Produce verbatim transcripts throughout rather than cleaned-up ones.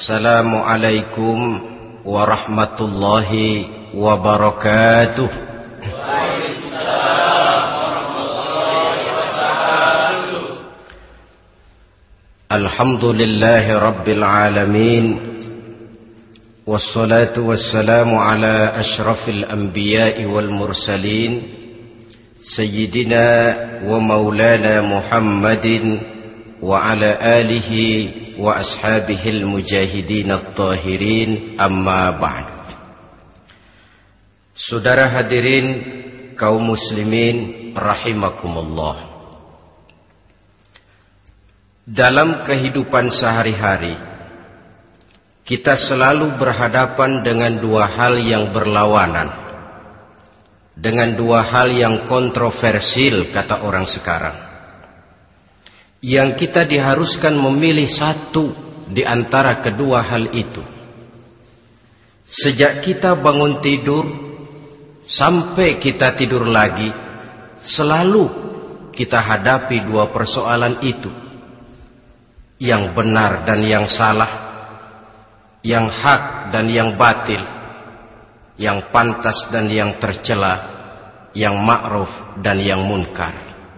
Assalamualaikum warahmatullahi wabarakatuh. Waalaikumsalam warahmatullahi wabarakatuh. Alhamdulillahi rabbil alamin. Wassalatu wassalamu ala ashrafil anbiya'i wal mursalin, Sayyidina wa maulana Muhammadin wa ala alihi wa ashabihil mujahidin at-tahirin, amma ba'd. Saudara hadirin kaum muslimin rahimakumullah. Dalam kehidupan sehari-hari kita selalu berhadapan dengan dua hal yang berlawanan, dengan dua hal yang kontroversial kata orang sekarang, yang kita diharuskan memilih satu di antara kedua hal itu. Sejak kita bangun tidur sampai kita tidur lagi, selalu kita hadapi dua persoalan itu, yang benar dan yang salah, yang hak dan yang batil, yang pantas dan yang tercela, yang ma'ruf dan yang munkar.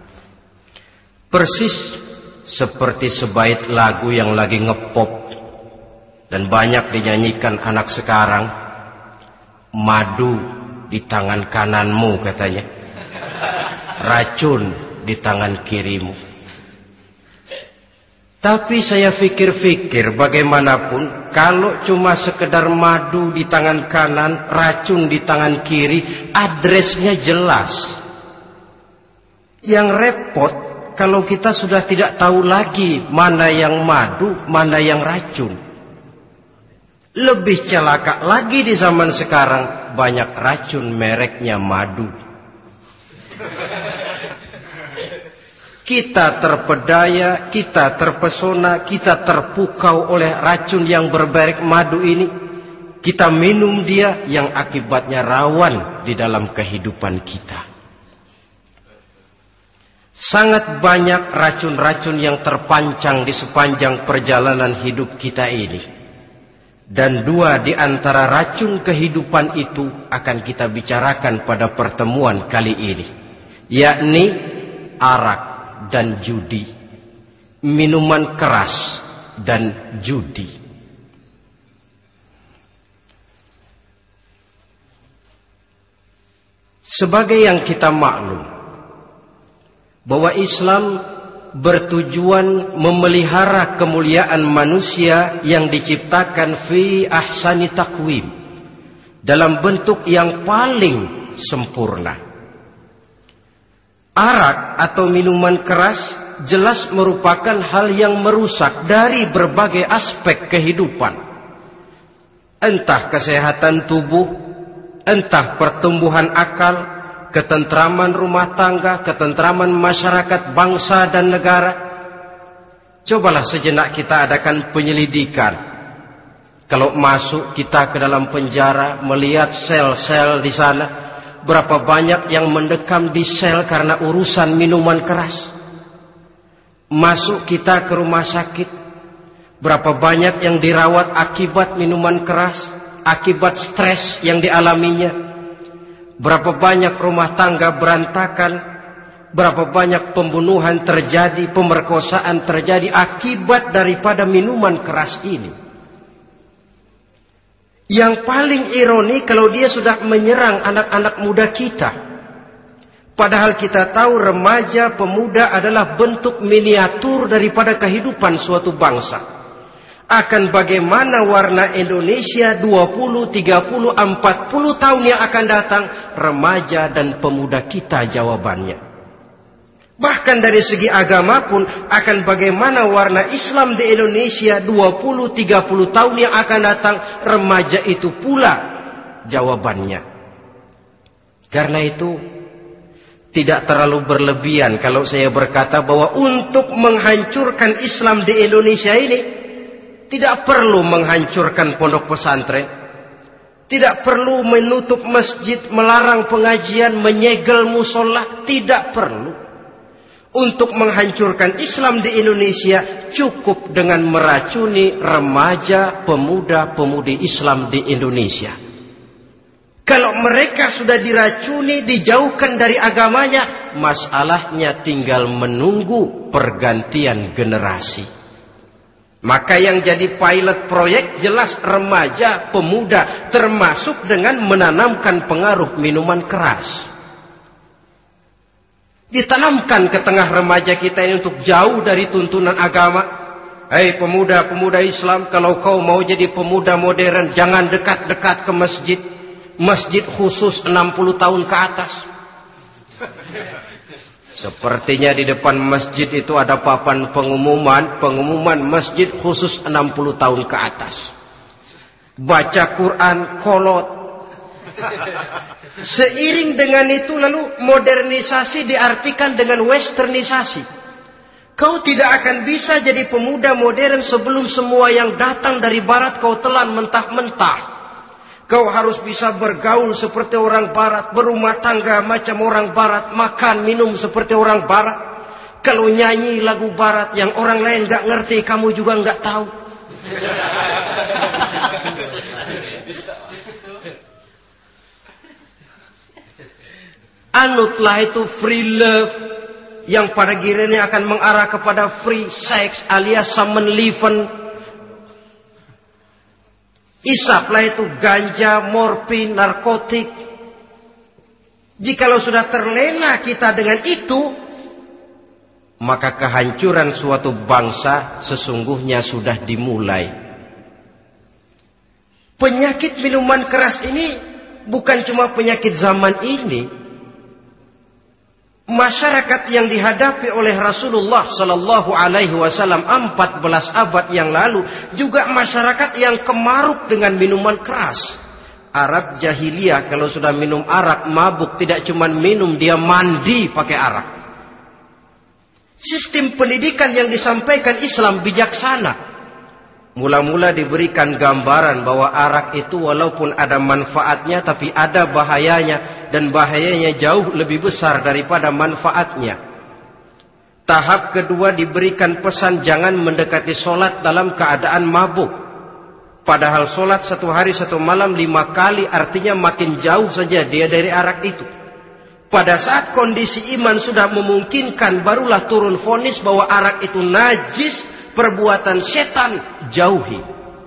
Persis seperti sebaik lagu yang lagi ngepop dan banyak dinyanyikan anak sekarang, madu di tangan kananmu katanya, racun di tangan kirimu. Tapi saya fikir-fikir, bagaimanapun kalau cuma sekedar madu di tangan kanan, racun di tangan kiri, adresnya jelas. Yang repot kalau kita sudah tidak tahu lagi mana yang madu, mana yang racun. Lebih celaka lagi di zaman sekarang, banyak racun mereknya madu. Kita terpedaya, kita terpesona, kita terpukau oleh racun yang bermerek madu ini. Kita minum dia, yang akibatnya rawan di dalam kehidupan kita. Sangat banyak racun-racun yang terpancang di sepanjang perjalanan hidup kita ini. Dan dua di antara racun kehidupan itu akan kita bicarakan pada pertemuan kali ini, yakni arak dan judi, minuman keras dan judi. Sebagai yang kita maklum bahwa Islam bertujuan memelihara kemuliaan manusia yang diciptakan fi ahsani taqwim, dalam bentuk yang paling sempurna. Arak atau minuman keras jelas merupakan hal yang merusak dari berbagai aspek kehidupan. Entah kesehatan tubuh, entah pertumbuhan akal, ketentraman rumah tangga, ketentraman masyarakat, bangsa dan negara. Cobalah sejenak kita adakan penyelidikan. Kalau masuk kita ke dalam penjara, melihat sel-sel di sana, berapa banyak yang mendekam di sel karena urusan minuman keras. Masuk kita ke rumah sakit, berapa banyak yang dirawat akibat minuman keras, akibat stres yang dialaminya. Berapa banyak rumah tangga berantakan, berapa banyak pembunuhan terjadi, pemerkosaan terjadi akibat daripada minuman keras ini. Yang paling ironi kalau dia sudah menyerang anak-anak muda kita. Padahal kita tahu remaja pemuda adalah bentuk miniatur daripada kehidupan suatu bangsa. Akan bagaimana warna Indonesia dua puluh, tiga puluh, empat puluh tahun yang akan datang, remaja dan pemuda kita jawabannya. Bahkan dari segi agama pun, akan bagaimana warna Islam di Indonesia dua puluh, tiga puluh tahun yang akan datang, remaja itu pula jawabannya. Karena itu tidak terlalu berlebihan kalau saya berkata bahwa untuk menghancurkan Islam di Indonesia ini tidak perlu menghancurkan pondok pesantren, tidak perlu menutup masjid, melarang pengajian, menyegel musola, tidak perlu. Untuk menghancurkan Islam di Indonesia cukup dengan meracuni remaja, pemuda, pemudi Islam di Indonesia. Kalau mereka sudah diracuni, dijauhkan dari agamanya, masalahnya tinggal menunggu pergantian generasi. Maka yang jadi pilot proyek jelas remaja, pemuda, termasuk dengan menanamkan pengaruh minuman keras. Ditanamkan ke tengah remaja kita ini untuk jauh dari tuntunan agama. Hei pemuda-pemuda Islam, kalau kau mau jadi pemuda modern, jangan dekat-dekat ke masjid. Masjid khusus enam puluh tahun ke atas. Sepertinya di depan masjid itu ada papan pengumuman, pengumuman masjid khusus enam puluh tahun ke atas. Baca Quran kolot. Seiring dengan itu lalu modernisasi diartikan dengan westernisasi. Kau tidak akan bisa jadi pemuda modern sebelum semua yang datang dari barat kau telan mentah-mentah. Kau harus bisa bergaul seperti orang barat, berumah tangga macam orang barat, makan minum seperti orang barat. Kalau nyanyi lagu barat yang orang lain gak ngerti, kamu juga gak tahu. Anutlah itu free love yang pada gilirannya akan mengarah kepada free sex alias samenleven. Isaplah itu ganja, morfin, narkotik. Jikalau sudah terlena kita dengan itu, maka kehancuran suatu bangsa sesungguhnya sudah dimulai. Penyakit minuman keras ini bukan cuma penyakit zaman ini. Masyarakat yang dihadapi oleh Rasulullah sallallahu alaihi wasallam empat belas abad yang lalu juga masyarakat yang kemaruk dengan minuman keras. Arab jahiliyah kalau sudah minum arak mabuk, tidak cuma minum, dia mandi pakai arak. Sistem pendidikan yang disampaikan Islam bijaksana. Mula-mula diberikan gambaran bahwa arak itu walaupun ada manfaatnya tapi ada bahayanya, dan bahayanya jauh lebih besar daripada manfaatnya. Tahap kedua diberikan pesan jangan mendekati solat dalam keadaan mabuk. Padahal solat satu hari satu malam lima kali artinya makin jauh saja dia dari arak itu. Pada saat kondisi iman sudah memungkinkan barulah turun vonis bahwa arak itu najis, perbuatan setan, jauhi.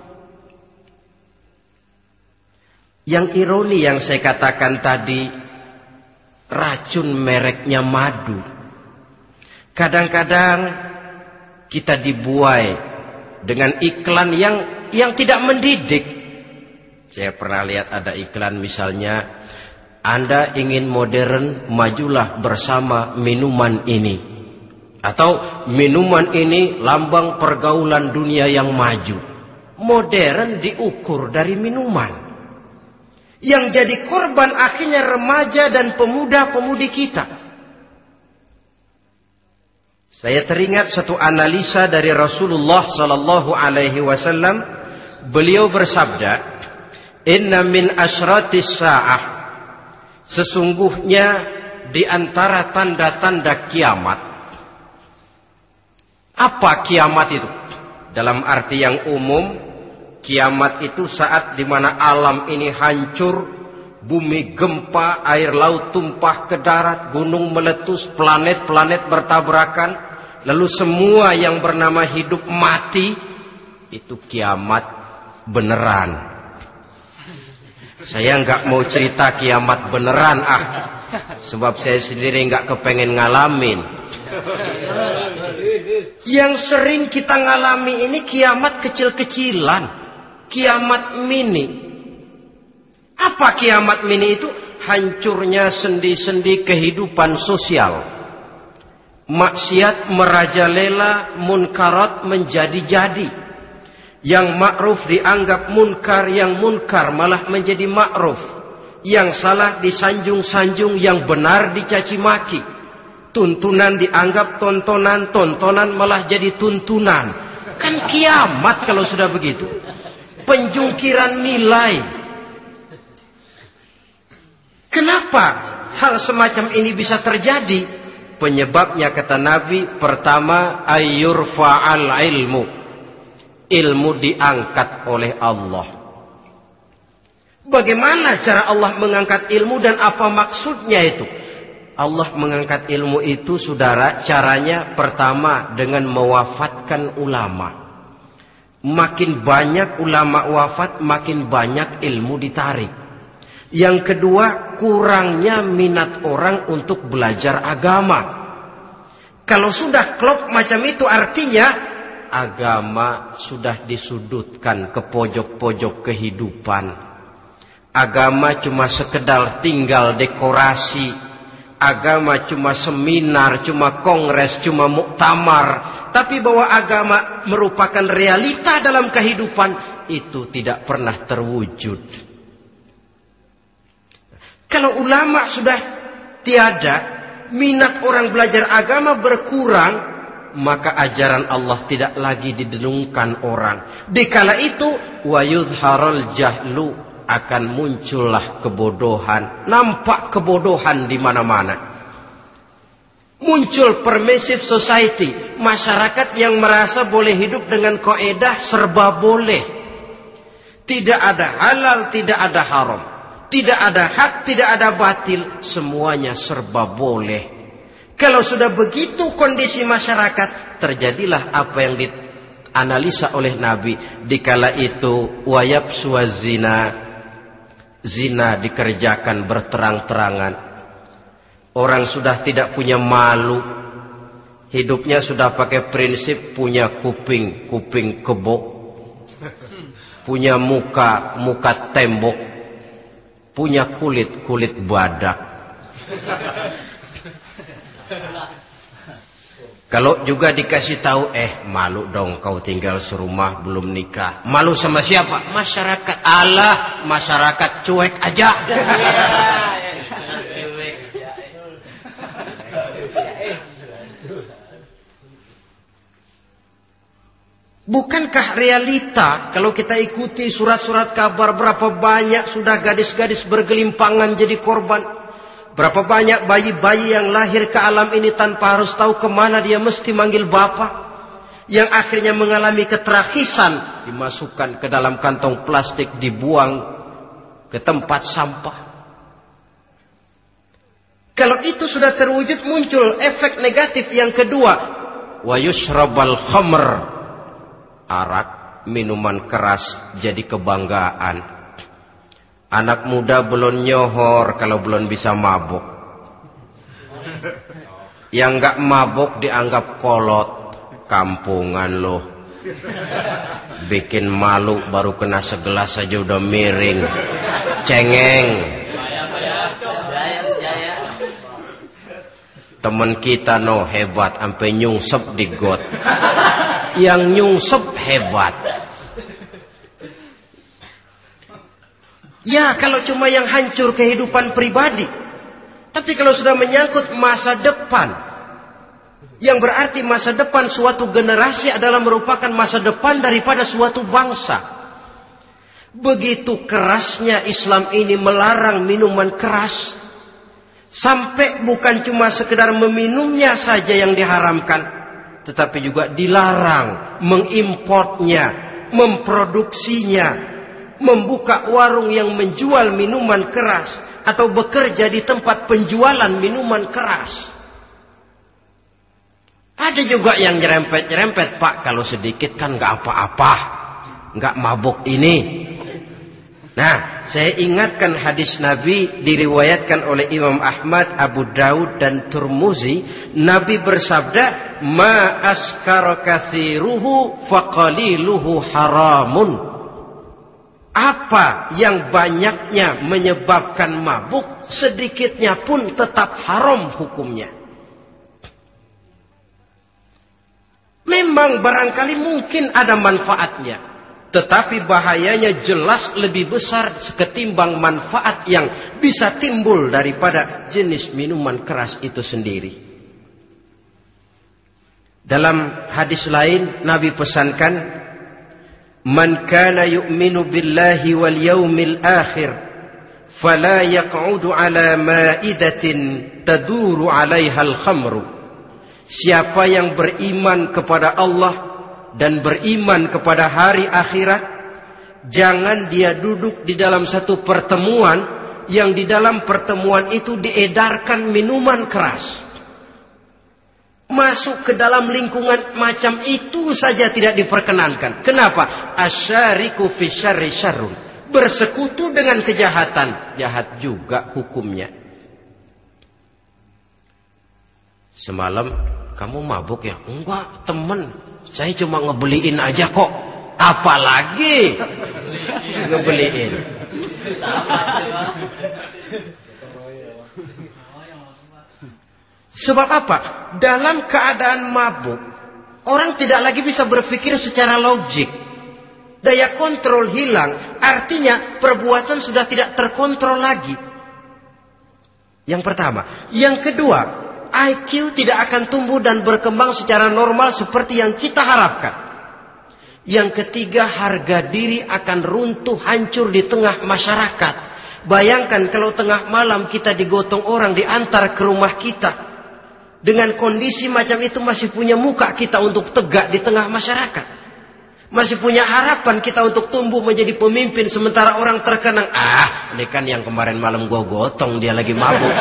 Yang ironi yang saya katakan tadi, racun mereknya madu. Kadang-kadang kita dibuai dengan iklan yang yang tidak mendidik. Saya pernah lihat ada iklan misalnya, Anda ingin modern, majulah bersama minuman ini. Atau minuman ini lambang pergaulan dunia yang maju. Modern diukur dari minuman. Yang jadi korban akhirnya remaja dan pemuda-pemudi kita. Saya teringat satu analisa dari Rasulullah sallallahu alaihi wasallam. Beliau bersabda, "Inna min asyratis sa'ah." Sesungguhnya di antara tanda-tanda kiamat. Apa kiamat itu? Dalam arti yang umum, kiamat itu saat di mana alam ini hancur, bumi gempa, air laut tumpah ke darat, gunung meletus, planet-planet bertabrakan, lalu semua yang bernama hidup mati. Itu kiamat beneran. Saya nggak mau cerita kiamat beneran ah, sebab saya sendiri nggak kepengen ngalamin. Yang sering kita ngalami ini kiamat kecil-kecilan, kiamat mini. Apa kiamat mini itu? Hancurnya sendi-sendi kehidupan sosial. Maksiat merajalela, munkarat menjadi-jadi. Yang ma'ruf dianggap munkar, yang munkar malah menjadi ma'ruf. Yang salah disanjung-sanjung, yang benar dicaci maki. Tuntunan dianggap tontonan, tontonan malah jadi tuntunan. Kan kiamat kalau sudah begitu. Penjungkiran nilai. Kenapa hal semacam ini bisa terjadi? Penyebabnya kata Nabi, pertama ayyurfa'al ilmu. Ilmu diangkat oleh Allah. Bagaimana cara Allah mengangkat ilmu dan apa maksudnya itu? Allah mengangkat ilmu itu, saudara, caranya pertama dengan mewafatkan ulama. Makin banyak ulama wafat, makin banyak ilmu ditarik. Yang kedua, kurangnya minat orang untuk belajar agama. Kalau sudah klop macam itu, artinya agama sudah disudutkan ke pojok-pojok kehidupan. Agama cuma sekedar tinggal dekorasi. Agama cuma seminar, cuma kongres, cuma muktamar. Tapi bahwa agama merupakan realita dalam kehidupan, itu tidak pernah terwujud. Kalau ulama sudah tiada, minat orang belajar agama berkurang, maka ajaran Allah tidak lagi didengungkan orang. Dikala itu, wa yudharul jahlu, akan muncullah kebodohan. Nampak kebodohan di mana-mana. Muncul permissive society, masyarakat yang merasa boleh hidup dengan kaidah serba boleh. Tidak ada halal, tidak ada haram. Tidak ada hak, tidak ada batil, semuanya serba boleh. Kalau sudah begitu kondisi masyarakat, terjadilah apa yang dianalisa oleh Nabi. Dikala itu, wayab suazina, zina dikerjakan berterang-terangan. Orang sudah tidak punya malu. Hidupnya sudah pakai prinsip punya kuping, kuping kebo. Punya muka, muka tembok. Punya kulit, kulit badak. Kalau juga dikasih tahu, eh malu dong kau tinggal serumah belum nikah. Malu sama siapa? Masyarakat. Allah, masyarakat cuek aja. Bukankah realita kalau kita ikuti surat-surat kabar, berapa banyak sudah gadis-gadis bergelimpangan jadi korban? Berapa banyak bayi-bayi yang lahir ke alam ini tanpa harus tahu kemana dia mesti manggil bapak, yang akhirnya mengalami keterakisan, dimasukkan ke dalam kantong plastik, dibuang ke tempat sampah. Kalau itu sudah terwujud, muncul efek negatif yang kedua, wa yushrabal khamr, arak, minuman keras jadi kebanggaan. Anak muda belum nyohor kalau belum bisa mabuk. Yang enggak mabuk dianggap kolot. Kampungan loh. Bikin malu baru kena segelas saja udah miring. Cengeng. Temen kita no hebat sampai nyungsep di got. Yang nyungsep hebat. Ya, kalau cuma yang hancur kehidupan pribadi. Tapi kalau sudah menyangkut masa depan, yang berarti masa depan suatu generasi adalah merupakan masa depan daripada suatu bangsa. Begitu kerasnya Islam ini melarang minuman keras, sampai bukan cuma sekedar meminumnya saja yang diharamkan, tetapi juga dilarang mengimportnya, memproduksinya, membuka warung yang menjual minuman keras, atau bekerja di tempat penjualan minuman keras. Ada juga yang nyerempet-nyerempet, Pak, kalau sedikit kan gak apa-apa, gak mabuk ini. Nah, saya ingatkan hadis Nabi diriwayatkan oleh Imam Ahmad, Abu Daud dan Turmuzi. Nabi bersabda, ma askara kathiruhu faqaliluhu haramun. Apa yang banyaknya menyebabkan mabuk, sedikitnya pun tetap haram hukumnya. Memang barangkali mungkin ada manfaatnya, tetapi bahayanya jelas lebih besar ketimbang manfaat yang bisa timbul daripada jenis minuman keras itu sendiri. Dalam hadis lain Nabi pesankan, man kana yu'minu billahi wal yaumil akhir fala yaq'udu ala ma'idatin taduru 'alaiha al-khamru. Siapa yang beriman kepada Allah dan beriman kepada hari akhirat, jangan dia duduk di dalam satu pertemuan yang di dalam pertemuan itu diedarkan minuman keras. Masuk ke dalam lingkungan macam itu saja tidak diperkenankan. Kenapa? Asyariku fi syarri syarrun. Bersekutu dengan kejahatan, jahat juga hukumnya. Semalam kamu mabuk ya? Enggak, temen. Saya cuma ngebeliin aja kok. Apalagi ngebeliin. Sebab apa? Dalam keadaan mabuk, orang tidak lagi bisa berpikir secara logik. Daya kontrol hilang, artinya perbuatan sudah tidak terkontrol lagi. Yang pertama. Yang kedua, I Q tidak akan tumbuh dan berkembang secara normal seperti yang kita harapkan. Yang ketiga, harga diri akan runtuh hancur di tengah masyarakat. Bayangkan kalau tengah malam kita digotong orang, diantar ke rumah kita. Dengan kondisi macam itu masih punya muka kita untuk tegak di tengah masyarakat. Masih punya harapan kita untuk tumbuh menjadi pemimpin sementara orang terkenang. Ah, ini kan yang kemarin malam gua gotong, dia lagi mabuk.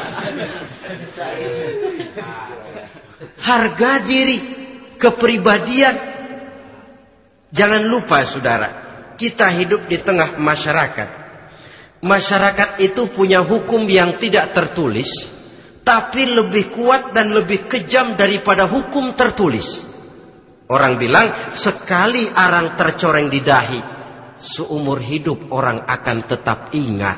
Harga diri, kepribadian. Jangan lupa saudara, kita hidup di tengah masyarakat. Masyarakat itu punya hukum yang tidak tertulis, tapi lebih kuat dan lebih kejam daripada hukum tertulis. Orang bilang, sekali arang tercoreng di dahi, seumur hidup orang akan tetap ingat.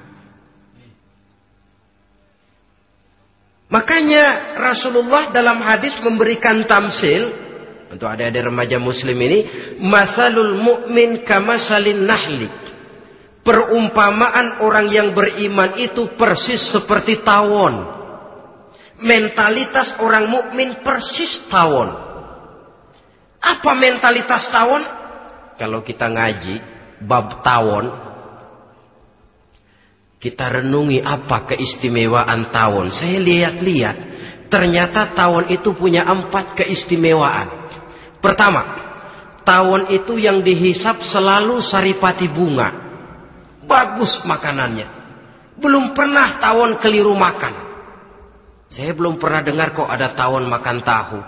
Makanya Rasulullah dalam hadis memberikan tamsil untuk adik-adik remaja muslim ini, masalul mu'min kamasalin nahli. Perumpamaan orang yang beriman itu persis seperti tawon. Mentalitas orang mukmin persis tawon. Apa mentalitas tawon? Kalau kita ngaji bab tawon, kita renungi apa keistimewaan tawon. Saya lihat-lihat, ternyata tawon itu punya empat keistimewaan. Pertama, tawon itu yang dihisap selalu saripati bunga. Bagus makanannya. Belum pernah tawon keliru makan. Saya belum pernah dengar kok ada tawon makan tahu.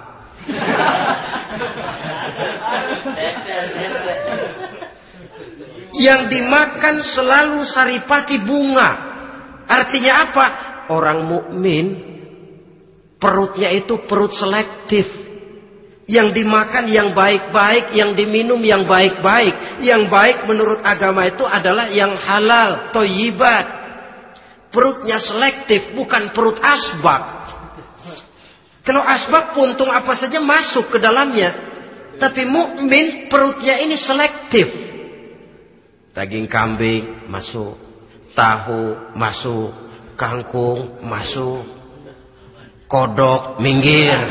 Yang dimakan selalu saripati bunga. Artinya apa? Orang mukmin perutnya itu perut selektif. Yang dimakan yang baik-baik, yang diminum yang baik-baik. Yang baik menurut agama itu adalah yang halal, thayyibat. Perutnya selektif, bukan perut asbak. Kalau asbak puntung apa saja masuk ke dalamnya. Tapi mukmin perutnya ini selektif. Daging kambing masuk, tahu masuk, kangkung masuk, kodok minggir.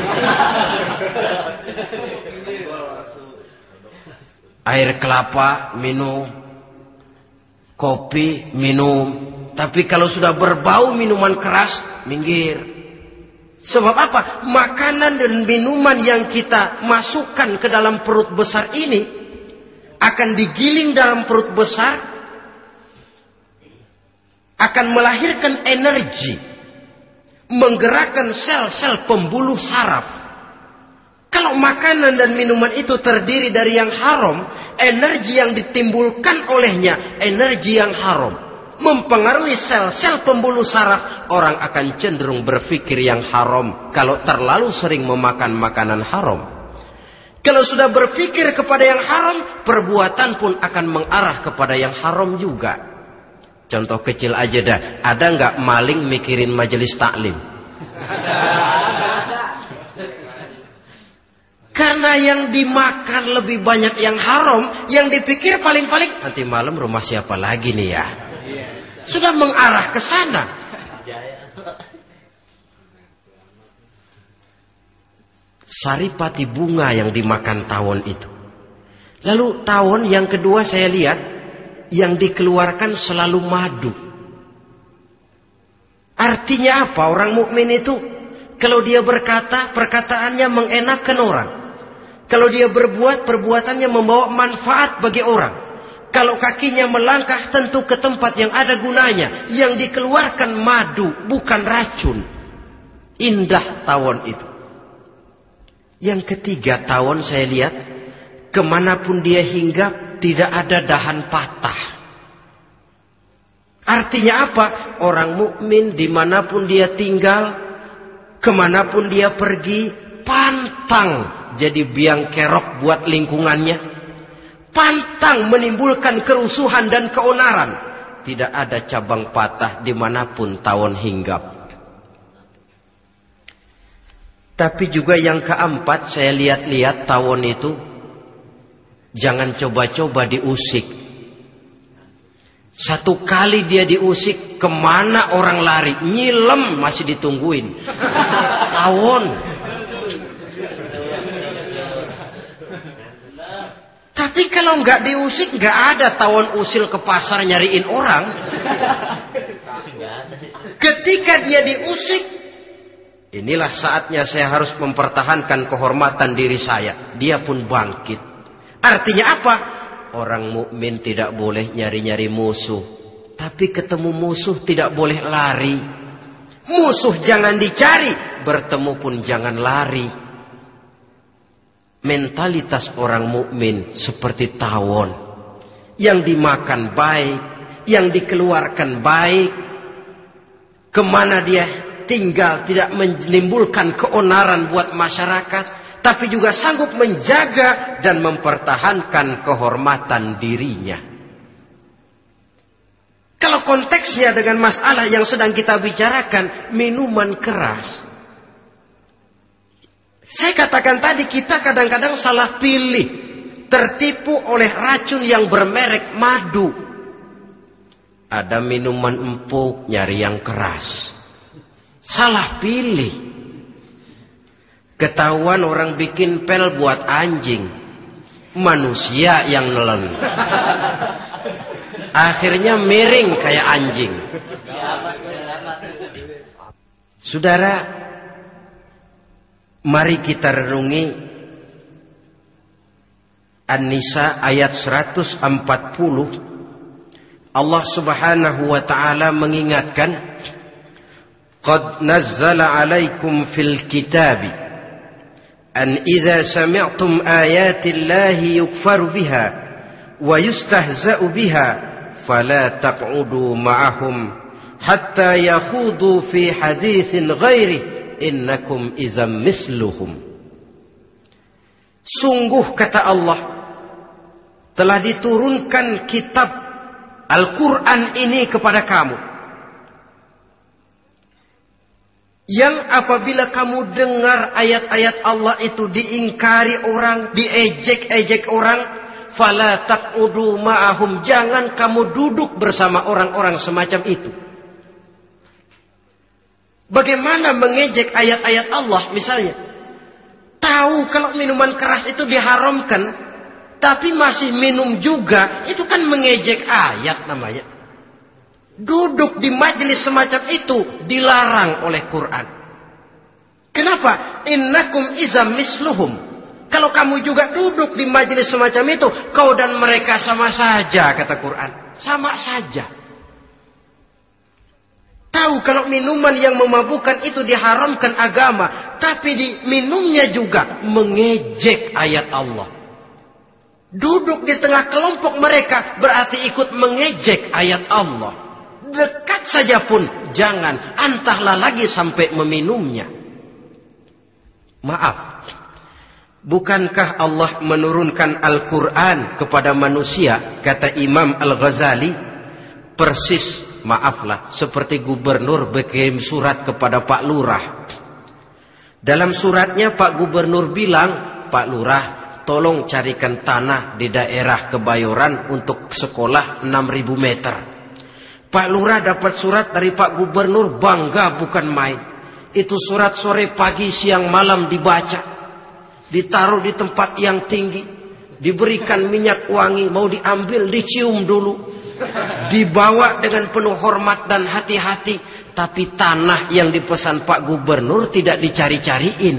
Air kelapa minum, kopi minum. Tapi kalau sudah berbau minuman keras, minggir. Sebab apa? Makanan dan minuman yang kita masukkan ke dalam perut besar ini akan digiling dalam perut besar, akan melahirkan energi, menggerakkan sel-sel pembuluh saraf. Kalau makanan dan minuman itu terdiri dari yang haram, energi yang ditimbulkan olehnya energi yang haram. Mempengaruhi sel-sel pembuluh saraf, orang akan cenderung berpikir yang haram kalau terlalu sering memakan makanan haram. Kalau sudah berpikir kepada yang haram, perbuatan pun akan mengarah kepada yang haram juga. Contoh kecil aja dah, ada nggak maling mikirin majelis taklim? Karena yang dimakan lebih banyak yang haram, yang dipikir paling-paling nanti malam rumah siapa lagi nih ya? Sudah mengarah ke sana. Saripati bunga yang dimakan tawon itu. Lalu tawon yang kedua saya lihat, yang dikeluarkan selalu madu. Artinya apa? Orang mukmin itu kalau dia berkata, perkataannya mengenakan orang. Kalau dia berbuat, perbuatannya membawa manfaat bagi orang. Kalau kakinya melangkah, tentu ke tempat yang ada gunanya. Yang dikeluarkan madu, bukan racun. Indah tawon itu. Yang ketiga, tawon saya lihat, kemanapun dia hinggap, tidak ada dahan patah. Artinya apa? Orang mukmin dimanapun dia tinggal, kemanapun dia pergi, pantang jadi biang kerok buat lingkungannya, pantang menimbulkan kerusuhan dan keonaran. Tidak ada cabang patah dimanapun tawon hinggap. Tapi juga yang keempat, saya lihat-lihat tawon itu jangan coba-coba diusik. Satu kali dia diusik, kemana orang lari? Nyilem masih ditungguin. Tawon. Tapi kalau nggak diusik, nggak ada tawon usil ke pasar nyariin orang. Ketika dia diusik, inilah saatnya saya harus mempertahankan kehormatan diri saya. Dia pun bangkit. Artinya apa? Orang mukmin tidak boleh nyari-nyari musuh. Tapi ketemu musuh tidak boleh lari. Musuh jangan dicari, bertemu pun jangan lari. Mentalitas orang mukmin seperti tawon, yang dimakan baik, yang dikeluarkan baik, kemana dia tinggal tidak menimbulkan keonaran buat masyarakat, tapi juga sanggup menjaga dan mempertahankan kehormatan dirinya. Kalau konteksnya dengan masalah yang sedang kita bicarakan, minuman keras, saya katakan tadi, kita kadang-kadang salah pilih, tertipu oleh racun yang bermerek madu. Ada minuman empuk, nyari yang keras. Salah pilih. Ketahuan orang bikin pel buat anjing, manusia yang nelen. Akhirnya miring kayak anjing. Saudara, mari kita renungi An-Nisa ayat seratus empat puluh. Allah Subhanahu wa ta'ala mengingatkan, "Qad nazzala 'alaikum fil kitabi an idza sami'tum ayati Allahi yukfaru biha wa yustahza'u biha fala taq'udu ma'ahum hatta yakhudu fi haditsin ghairihi innakum izam misluhum." Sungguh kata Allah, telah diturunkan kitab Al-Quran ini kepada kamu, yang apabila kamu dengar ayat-ayat Allah itu diingkari orang, diejek-ejek orang, fala taq'udu ma'ahum, jangan kamu duduk bersama orang-orang semacam itu. Bagaimana mengejek ayat-ayat Allah misalnya? Tahu kalau minuman keras itu diharamkan, tapi masih minum juga, itu kan mengejek ayat namanya. Duduk di majelis semacam itu dilarang oleh Quran. Kenapa? Innakum izam misluhum. Kalau kamu juga duduk di majelis semacam itu, kau dan mereka sama saja, kata Quran. Sama saja. Tahu kalau minuman yang memabukkan itu diharamkan agama, tapi diminumnya juga mengejek ayat Allah. Duduk di tengah kelompok mereka berarti ikut mengejek ayat Allah. Dekat saja pun jangan, antahlah lagi sampai meminumnya. Maaf, bukankah Allah menurunkan Al-Quran kepada manusia, kata Imam Al-Ghazali, persis, maaflah, seperti gubernur berkirim surat kepada Pak Lurah. Dalam suratnya Pak Gubernur bilang, Pak Lurah, tolong carikan tanah di daerah Kebayoran untuk sekolah enam ribu meter. Pak Lurah dapat surat dari Pak Gubernur, bangga bukan main. Itu surat sore, pagi, siang, malam dibaca. Ditaruh di tempat yang tinggi. Diberikan minyak wangi, mau diambil dicium dulu. Dibawa dengan penuh hormat dan hati-hati. Tapi tanah yang dipesan Pak Gubernur tidak dicari-cariin.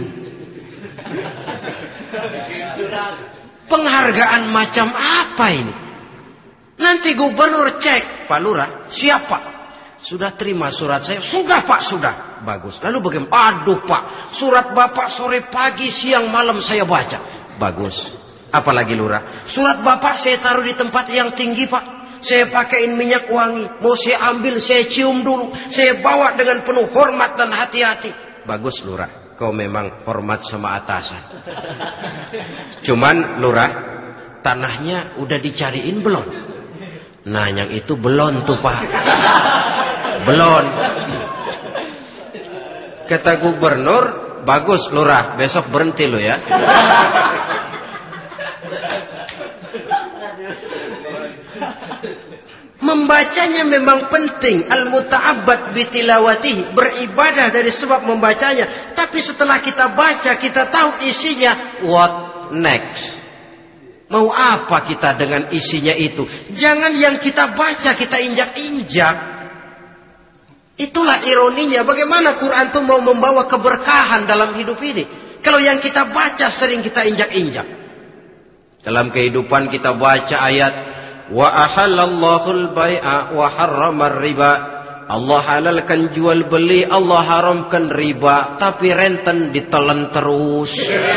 Penghargaan macam apa ini? Nanti gubernur cek, Pak Lurah, siapa? Sudah terima surat saya? Sudah Pak, sudah. Bagus. Lalu bagaimana? Aduh Pak, surat Bapak sore pagi siang malam saya baca. Bagus. Apalagi Lurah? Surat Bapak saya taruh di tempat yang tinggi Pak. Saya pakaiin minyak wangi. Mau saya ambil, saya cium dulu. Saya bawa dengan penuh hormat dan hati-hati. Bagus Lurah, kau memang hormat sama atasan. Cuman Lurah, tanahnya udah dicariin belum? Nah yang itu belum tuh Pak. Belum. Kata gubernur, bagus Lurah, besok berhenti lo ya. Membacanya memang penting. Al-muta'abbad bitilawatihi, beribadah dari sebab membacanya. Tapi setelah kita baca, kita tahu isinya. What next? Mau apa kita dengan isinya itu? Jangan yang kita baca kita injak-injak. Itulah ironinya. Bagaimana Quran itu mau membawa keberkahan dalam hidup ini? Kalau yang kita baca sering kita injak-injak. Dalam kehidupan kita baca ayat wa ahallallahu al-bai'a wa harrama riba. Allah halalkan jual beli, Allah haramkan riba, tapi renten ditelan terus.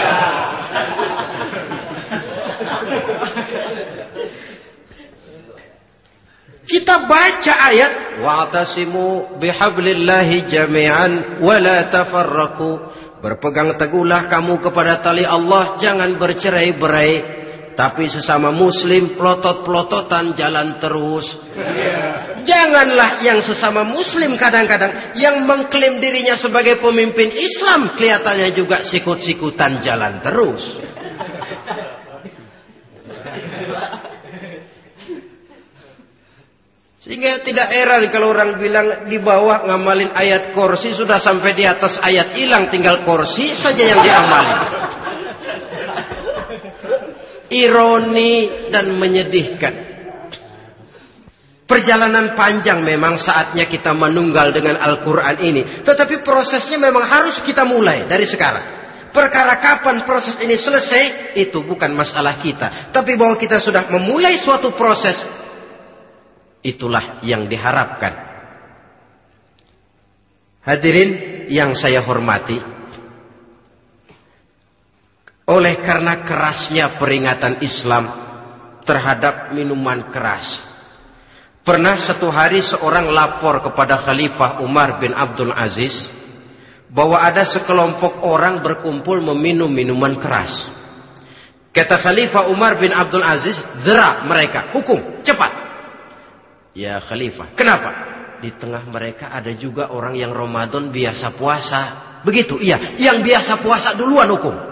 Kita baca ayat wa'tasimu bihablillahi jami'an wa la tafarraqu. Berpegang teguhlah kamu kepada tali Allah, jangan bercerai-berai. Tapi sesama muslim pelotot-pelototan jalan terus. Janganlah yang sesama muslim kadang-kadang yang mengklaim dirinya sebagai pemimpin Islam kelihatannya juga sikut-sikutan jalan terus. Sehingga tidak heran kalau orang bilang di bawah ngamalin ayat kursi sudah sampai di atas ayat hilang, tinggal kursi saja yang diamali. Ironi dan menyedihkan. Perjalanan panjang memang saatnya kita menunggal dengan Al-Quran ini. Tetapi prosesnya memang harus kita mulai dari sekarang. Perkara kapan proses ini selesai, itu bukan masalah kita. Tapi bahwa kita sudah memulai suatu proses, itulah yang diharapkan. Hadirin yang saya hormati, oleh karena kerasnya peringatan Islam terhadap minuman keras, pernah satu hari seorang lapor kepada Khalifah Umar bin Abdul Aziz bahwa ada sekelompok orang berkumpul meminum minuman keras. Kata Khalifah Umar bin Abdul Aziz, dera mereka, hukum, cepat. Ya Khalifah, kenapa? Di tengah mereka ada juga orang yang Ramadan biasa puasa. Begitu, iya, yang biasa puasa duluan hukum.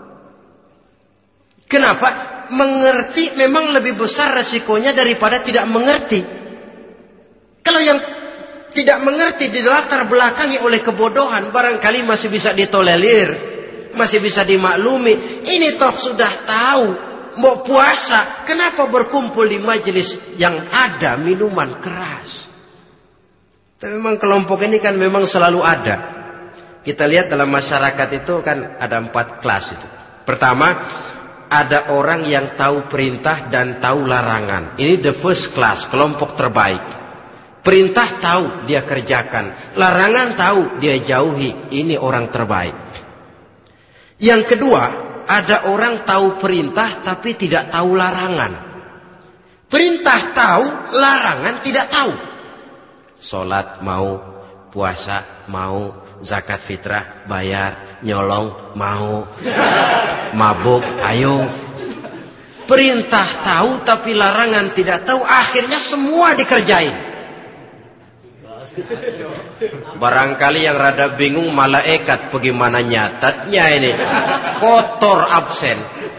Kenapa? Mengerti memang lebih besar resikonya daripada tidak mengerti. Kalau yang tidak mengerti dilatar belakangi oleh kebodohan, barangkali masih bisa ditolerir, masih bisa dimaklumi. Ini toh sudah tahu mau puasa, kenapa berkumpul di majelis yang ada minuman keras? Tapi memang kelompok ini kan memang selalu ada. Kita lihat dalam masyarakat itu kan ada empat kelas itu. Pertama, ada orang yang tahu perintah dan tahu larangan. Ini the first class, kelompok terbaik. Perintah tahu, dia kerjakan. Larangan tahu, dia jauhi. Ini orang terbaik. Yang kedua, ada orang tahu perintah tapi tidak tahu larangan. Perintah tahu, larangan tidak tahu. Sholat mau, puasa mau, zakat fitrah bayar, nyolong mau, mabuk ayo. Perintah tahu tapi larangan tidak tahu, akhirnya semua dikerjain. Barangkali yang rada bingung malaikat bagaimana nyatatnya ini, kotor absen.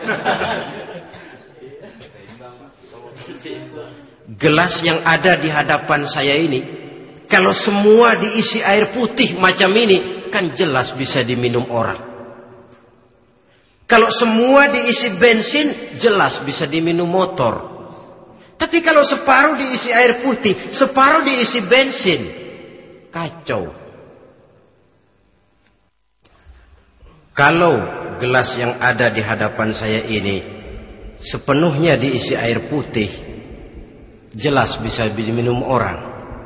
Gelas yang ada di hadapan saya ini, kalau semua diisi air putih macam ini, kan jelas bisa diminum orang. Kalau semua diisi bensin, jelas bisa diminum motor. Tapi kalau separuh diisi air putih, separuh diisi bensin, kacau. Kalau gelas yang ada di hadapan saya ini sepenuhnya diisi air putih, jelas bisa diminum orang.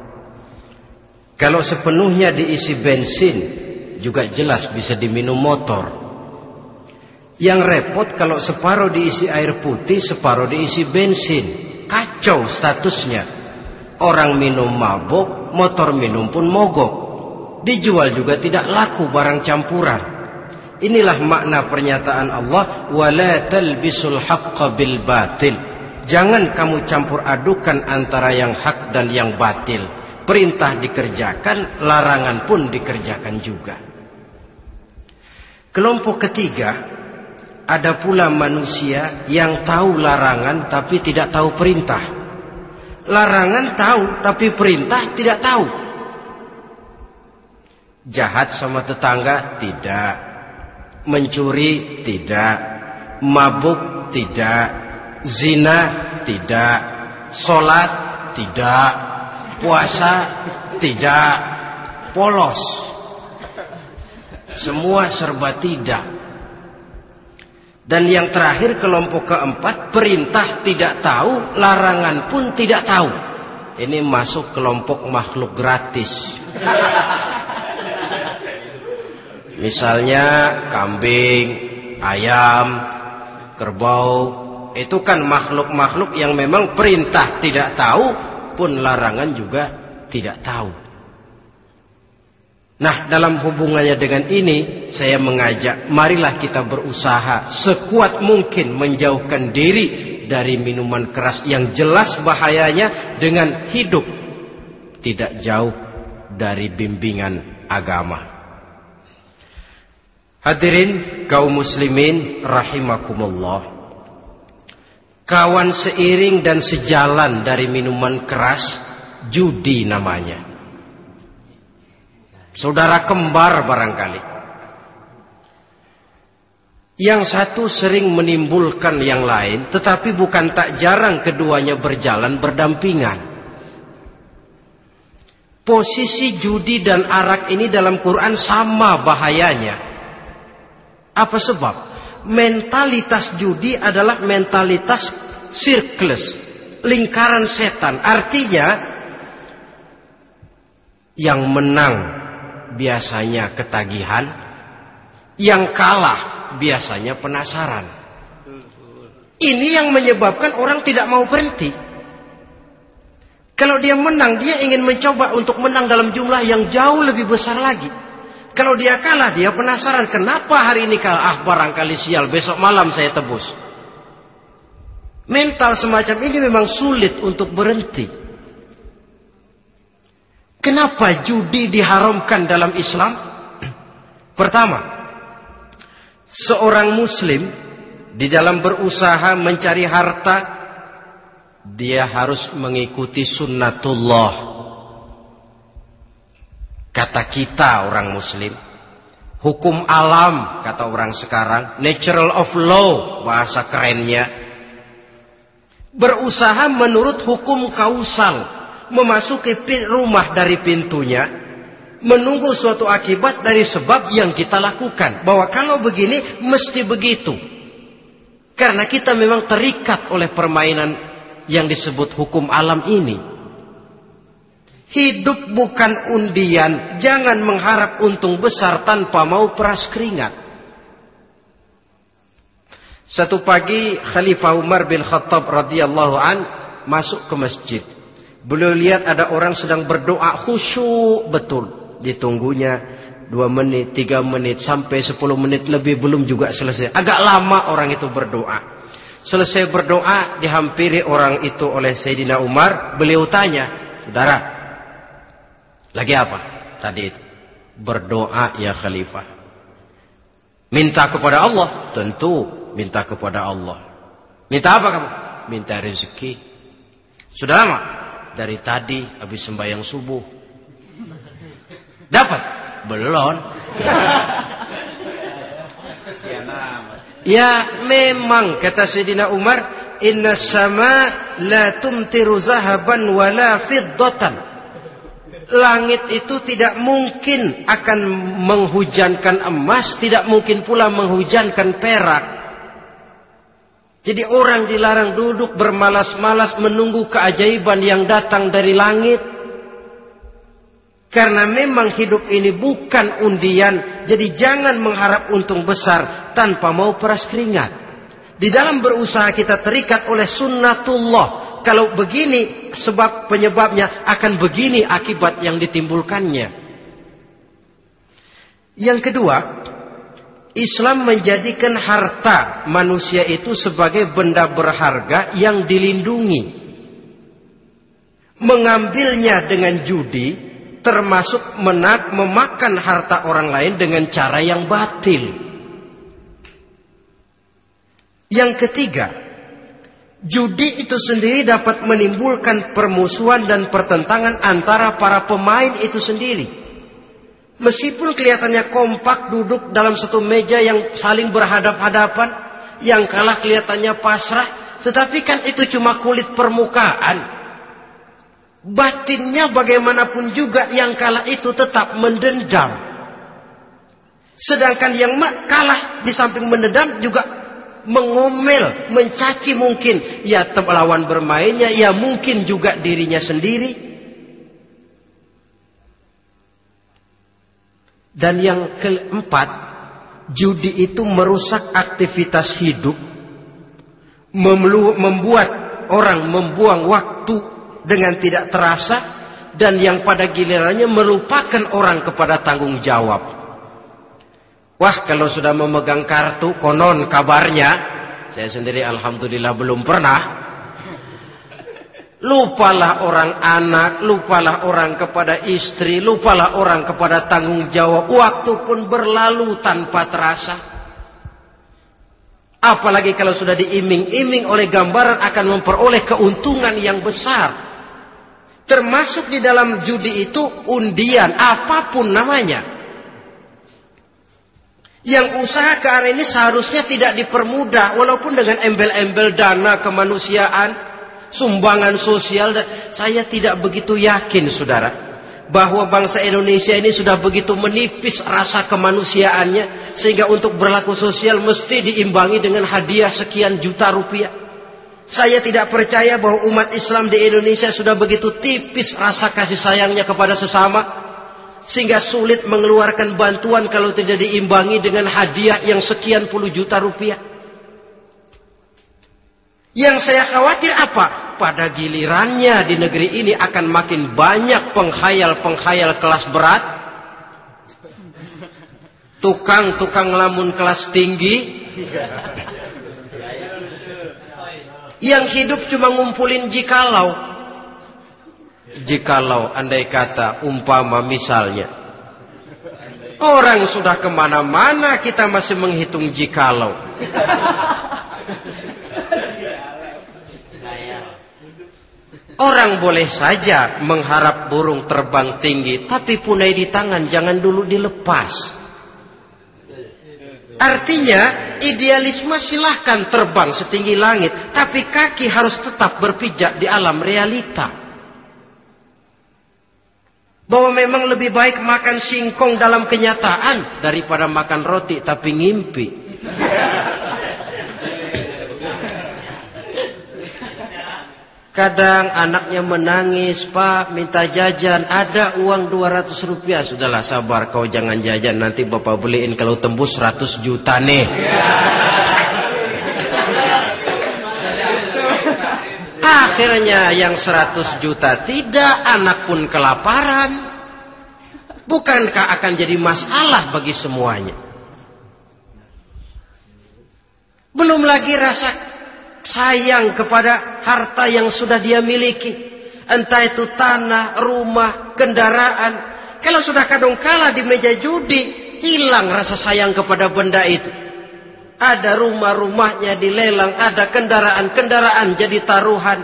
Kalau sepenuhnya diisi bensin, juga jelas bisa diminum motor. Yang repot kalau separuh diisi air putih, separuh diisi bensin. Kacau statusnya. Orang minum mabuk, motor minum pun mogok. Dijual juga tidak laku barang campuran. Inilah makna pernyataan Allah, wala talbisul haqqa bil batil. Jangan kamu campur adukan antara yang hak dan yang batil. Perintah dikerjakan, larangan pun dikerjakan juga. Kelompok ketiga, ada pula manusia yang tahu larangan tapi tidak tahu perintah. Larangan tahu tapi perintah tidak tahu. Jahat sama tetangga tidak, mencuri tidak, mabuk tidak, zina tidak, sholat tidak, puasa tidak, polos. Semua serba tidak. Dan yang terakhir, kelompok keempat, perintah tidak tahu, larangan pun tidak tahu. Ini masuk kelompok makhluk gratis. Misalnya kambing, ayam, kerbau, itu kan makhluk-makhluk yang memang perintah tidak tahu, pun larangan juga tidak tahu. Nah, dalam hubungannya dengan ini, saya mengajak, marilah kita berusaha sekuat mungkin menjauhkan diri dari minuman keras yang jelas bahayanya dengan hidup tidak jauh dari bimbingan agama. Hadirin kaum muslimin rahimakumullah. Kawan seiring dan sejalan dari minuman keras, judi namanya. Saudara kembar barangkali. Yang satu sering menimbulkan yang lain, tetapi bukan tak jarang keduanya berjalan berdampingan. Posisi judi dan arak ini dalam Quran sama bahayanya. Apa sebab? Mentalitas judi adalah mentalitas sirkeless, lingkaran setan. Artinya yang menang biasanya ketagihan, yang kalah biasanya penasaran. Ini yang menyebabkan orang tidak mau berhenti. Kalau dia menang, dia ingin mencoba untuk menang dalam jumlah yang jauh lebih besar lagi. Kalau dia kalah, dia penasaran, kenapa hari ini kalah? Ah, barangkali sial, besok malam saya tebus. Mental semacam ini memang sulit untuk berhenti. Kenapa judi diharamkan dalam Islam? Pertama, seorang muslim di dalam berusaha mencari harta, dia harus mengikuti sunnatullah. Kata kita orang muslim, hukum alam kata orang sekarang, natural of law bahasa kerennya. Berusaha menurut hukum kausal. Memasuki rumah dari pintunya, menunggu suatu akibat dari sebab yang kita lakukan. Bahwa kalau begini mesti begitu. Karena kita memang terikat oleh permainan yang disebut hukum alam ini. Hidup bukan undian. Jangan mengharap untung besar tanpa mau peras keringat. Satu pagi Khalifah Umar bin Khattab radhiyallahu an masuk ke masjid. Beliau lihat ada orang sedang berdoa khusyuk betul. Ditunggunya dua menit, tiga menit, sampai sepuluh menit lebih belum juga selesai. Agak lama orang itu berdoa. Selesai berdoa, dihampiri orang itu oleh Sayyidina Umar. Beliau tanya, saudara, lagi apa tadi itu? Berdoa ya Khalifah. Minta kepada Allah? Tentu minta kepada Allah. Minta apa kamu? Minta rezeki. Sudah lama? Dari tadi habis sembahyang subuh. Dapat? Belum. Ya memang kata Sayyidina Umar, inna sama la tumtiru zahaban wala fiddatan. Langit itu tidak mungkin akan menghujankan emas, tidak mungkin pula menghujankan perak. Jadi orang dilarang duduk bermalas-malas menunggu keajaiban yang datang dari langit. Karena memang hidup ini bukan undian. Jadi jangan mengharap untung besar tanpa mau peras keringat. Di dalam berusaha kita terikat oleh sunnatullah. Kalau begini sebab penyebabnya, akan begini akibat yang ditimbulkannya. Yang kedua, Islam menjadikan harta manusia itu sebagai benda berharga yang dilindungi. Mengambilnya dengan judi termasuk menak, memakan harta orang lain dengan cara yang batil. Yang ketiga, judi itu sendiri dapat menimbulkan permusuhan dan pertentangan antara para pemain itu sendiri. Meskipun kelihatannya kompak duduk dalam satu meja yang saling berhadap-hadapan, yang kalah kelihatannya pasrah, tetapi kan itu cuma kulit permukaan. Batinnya bagaimanapun juga yang kalah itu tetap mendendam. Sedangkan yang kalah di samping mendendam juga mengomel, mencaci mungkin ya lawan bermainnya, ya mungkin juga dirinya sendiri. Dan yang keempat, judi itu merusak aktivitas hidup, membuat orang membuang waktu dengan tidak terasa, dan yang pada gilirannya melupakan orang kepada tanggung jawab. Wah, kalau sudah memegang kartu, konon kabarnya, saya sendiri alhamdulillah belum pernah, lupalah orang anak, lupalah orang kepada istri, lupalah orang kepada tanggung jawab. Waktu pun berlalu tanpa terasa. Apalagi kalau sudah diiming-iming oleh gambaran akan memperoleh keuntungan yang besar. Termasuk di dalam judi itu undian, apapun namanya. Yang usaha ke arah ini seharusnya tidak dipermudah, walaupun dengan embel-embel dana kemanusiaan, sumbangan sosial. Saya tidak begitu yakin, saudara, bahwa bangsa Indonesia ini sudah begitu menipis rasa kemanusiaannya sehingga untuk berlaku sosial mesti diimbangi dengan hadiah sekian juta rupiah. Saya tidak percaya bahwa umat Islam di Indonesia sudah begitu tipis rasa kasih sayangnya kepada sesama sehingga sulit mengeluarkan bantuan kalau tidak diimbangi dengan hadiah yang sekian puluh juta rupiah. Yang saya khawatir apa? Pada gilirannya di negeri ini akan makin banyak penghayal-penghayal kelas berat, tukang-tukang lamun kelas tinggi, yang hidup cuma ngumpulin jikalau. Jikalau, andai kata, umpama misalnya, orang sudah kemana-mana kita masih menghitung jikalau. Orang boleh saja mengharap burung terbang tinggi, tapi punai di tangan jangan dulu dilepas. Artinya idealisme silahkan terbang setinggi langit, tapi kaki harus tetap berpijak di alam realita. Bahwa memang lebih baik makan singkong dalam kenyataan daripada makan roti tapi ngimpi. Kadang anaknya menangis, Pak minta jajan, ada uang dua ratus rupiah. Sudahlah sabar, kau jangan jajan, nanti bapak beliin kalau tembus seratus juta nih. Akhirnya yang seratus juta tidak, anak pun kelaparan. Bukankah akan jadi masalah bagi semuanya? Belum lagi rasa sayang kepada harta yang sudah dia miliki, entah itu tanah, rumah, kendaraan. Kalau sudah kadung kala di meja judi, hilang rasa sayang kepada benda itu. Ada rumah-rumahnya dilelang, ada kendaraan-kendaraan jadi taruhan,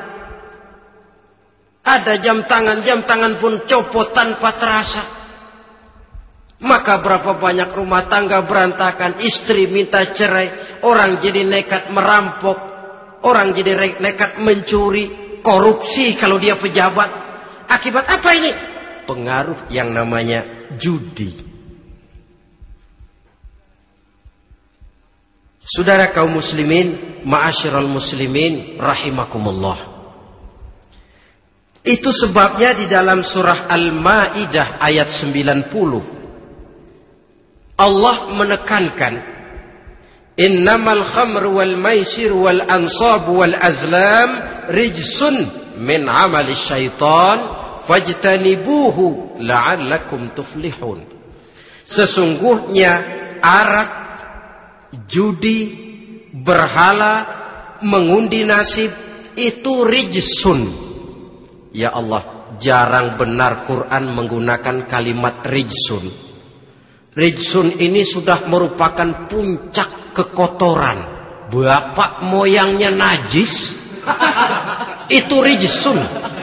ada jam tangan, jam tangan pun copot tanpa terasa. Maka berapa banyak rumah tangga berantakan, istri minta cerai, orang jadi nekat merampok, orang jadi nekat mencuri, korupsi kalau dia pejabat. Akibat apa ini? pengaruh yang namanya judi. Saudara kaum muslimin, ma'asyiral muslimin rahimakumullah. Itu sebabnya di dalam surah Al-Maidah ayat sembilan puluh Allah menekankan, innamal khamru wal maisir wal ansab wal azlam rijsun min amali syaitan fajtanibuhu la'allakum tuflihun. Sesungguhnya arak, judi, berhala, mengundi nasib itu rijsun. Ya Allah, jarang benar Quran menggunakan kalimat rijsun. Rijsun ini sudah merupakan puncak kekotoran. Bapak moyangnya najis, itu rijsun.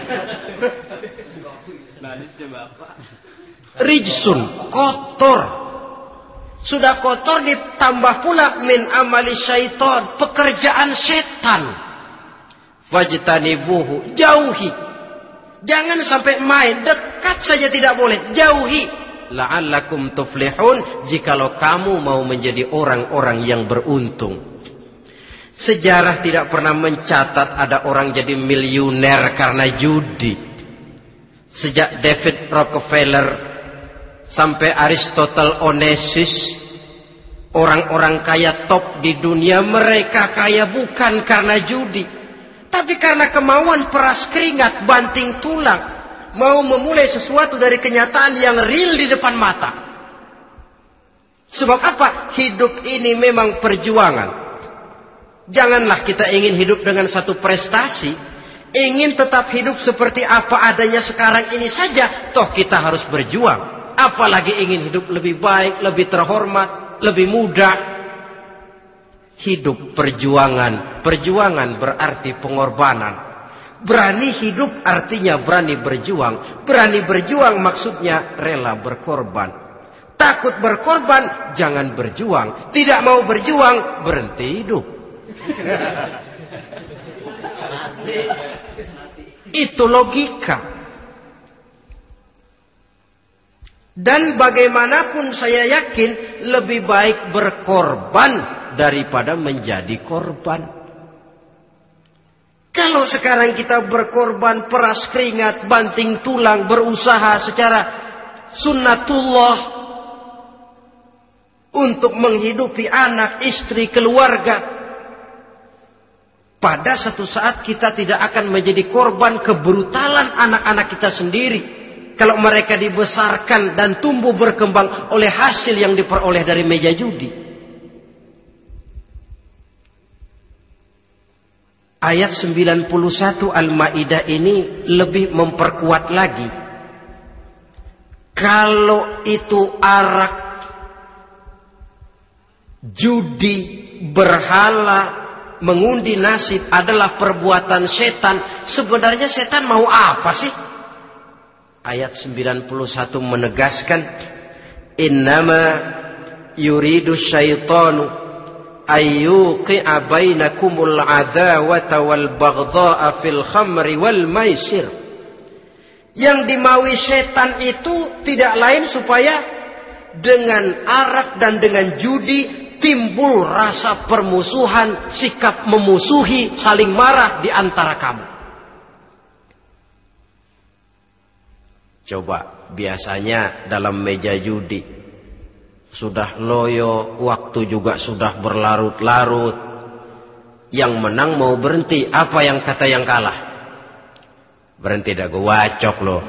Rijsun, kotor. Sudah kotor ditambah pula min amali syaitan, pekerjaan setan. Fajtanibuhu, jauhi. Jangan sampai main, dekat saja tidak boleh, jauhi. La'allakum tuflihun, jikalau kamu mau menjadi orang-orang yang beruntung. Sejarah tidak pernah mencatat ada orang jadi miliuner karena judi. Sejak David Rockefeller sampai Aristotle Onassis, orang-orang kaya top di dunia, mereka kaya bukan karena judi, tapi karena kemauan peras keringat, banting tulang, mau memulai sesuatu dari kenyataan yang real di depan mata. Sebab apa? Hidup ini memang perjuangan. Janganlah kita ingin hidup dengan satu prestasi, ingin tetap hidup seperti apa adanya sekarang ini saja, toh kita harus berjuang. Apalagi ingin hidup lebih baik, lebih terhormat, lebih mudah. Hidup perjuangan. Perjuangan berarti pengorbanan. Berani hidup artinya berani berjuang. Berani berjuang maksudnya rela berkorban. Takut berkorban, jangan berjuang. Tidak mau berjuang, berhenti hidup. Itu logika. Dan bagaimanapun saya yakin lebih baik berkorban daripada menjadi korban. Kalau sekarang kita berkorban, peras keringat, banting tulang, berusaha secara sunnatullah untuk menghidupi anak, istri, keluarga, pada satu saat kita tidak akan menjadi korban kebrutalan anak-anak kita sendiri. Kalau mereka dibesarkan dan tumbuh berkembang oleh hasil yang diperoleh dari meja judi. Ayat sembilan puluh satu Al-Maidah ini lebih memperkuat lagi. Kalau itu arak, judi, berhala, mengundi nasib adalah perbuatan setan, sebenarnya setan mau apa sih? Ayat sembilan puluh satu menegaskan, innama yuridu syaitanu ayyuqi'a bainakumul adawata wal baghdha'a fil khamri wal maisir. Yang dimaui setan itu tidak lain supaya dengan arak dan dengan judi timbul rasa permusuhan, sikap memusuhi, saling marah di antara kamu. Coba, biasanya dalam meja judi sudah loyo, waktu juga sudah berlarut-larut. Yang menang mau berhenti, apa yang kata yang kalah? Berhenti dah, gue wacok loh.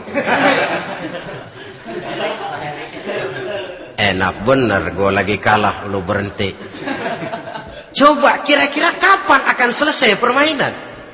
Enak bener, gue lagi kalah, lo berhenti. Coba, kira-kira kapan akan selesai permainan?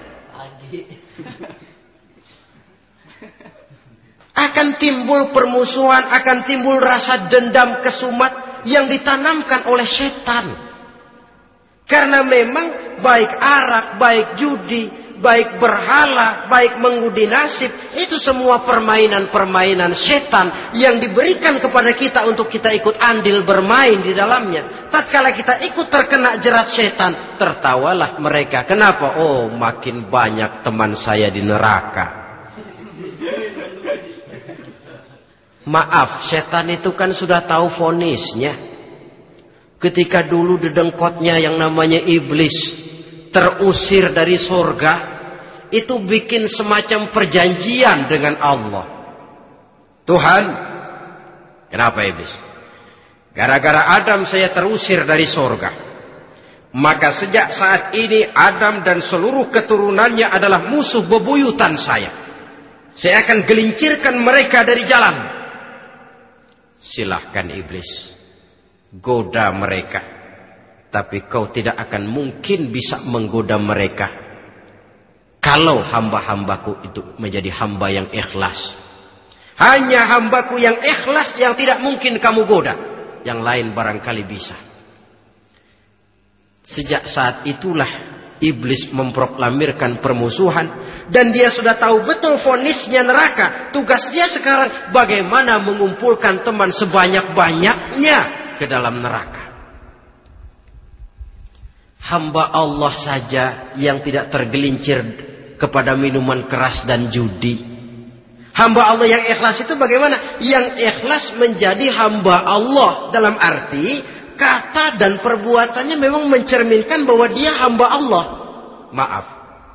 Akan timbul permusuhan, akan timbul rasa dendam, kesumat yang ditanamkan oleh setan. Karena memang baik arak, baik judi, baik berhala, baik mengundi nasib, itu semua permainan-permainan setan yang diberikan kepada kita untuk kita ikut andil bermain di dalamnya. Tatkala kita ikut terkena jerat setan, tertawalah mereka. Kenapa? Oh, makin banyak teman saya di neraka. Maaf, setan itu kan sudah tahu vonisnya. Ketika dulu dedengkotnya yang namanya iblis terusir dari surga, itu bikin semacam perjanjian dengan Allah. Tuhan, kenapa iblis? Gara-gara Adam saya terusir dari surga. Maka sejak saat ini Adam dan seluruh keturunannya adalah musuh bebuyutan saya. Saya akan gelincirkan mereka dari jalan. Silahkan iblis, goda mereka. Tapi kau tidak akan mungkin bisa menggoda mereka kalau hamba-hambaku itu menjadi hamba yang ikhlas. Hanya hambaku yang ikhlas yang tidak mungkin kamu goda. Yang lain barangkali bisa. Sejak saat itulah iblis memproklamirkan permusuhan. Dan dia sudah tahu betul vonisnya neraka. Tugas dia sekarang bagaimana mengumpulkan teman sebanyak-banyaknya ke dalam neraka. Hamba Allah saja yang tidak tergelincir kepada minuman keras dan judi. Hamba Allah yang ikhlas itu bagaimana? Yang ikhlas menjadi hamba Allah dalam arti kata dan perbuatannya memang mencerminkan bahwa dia hamba Allah. Maaf.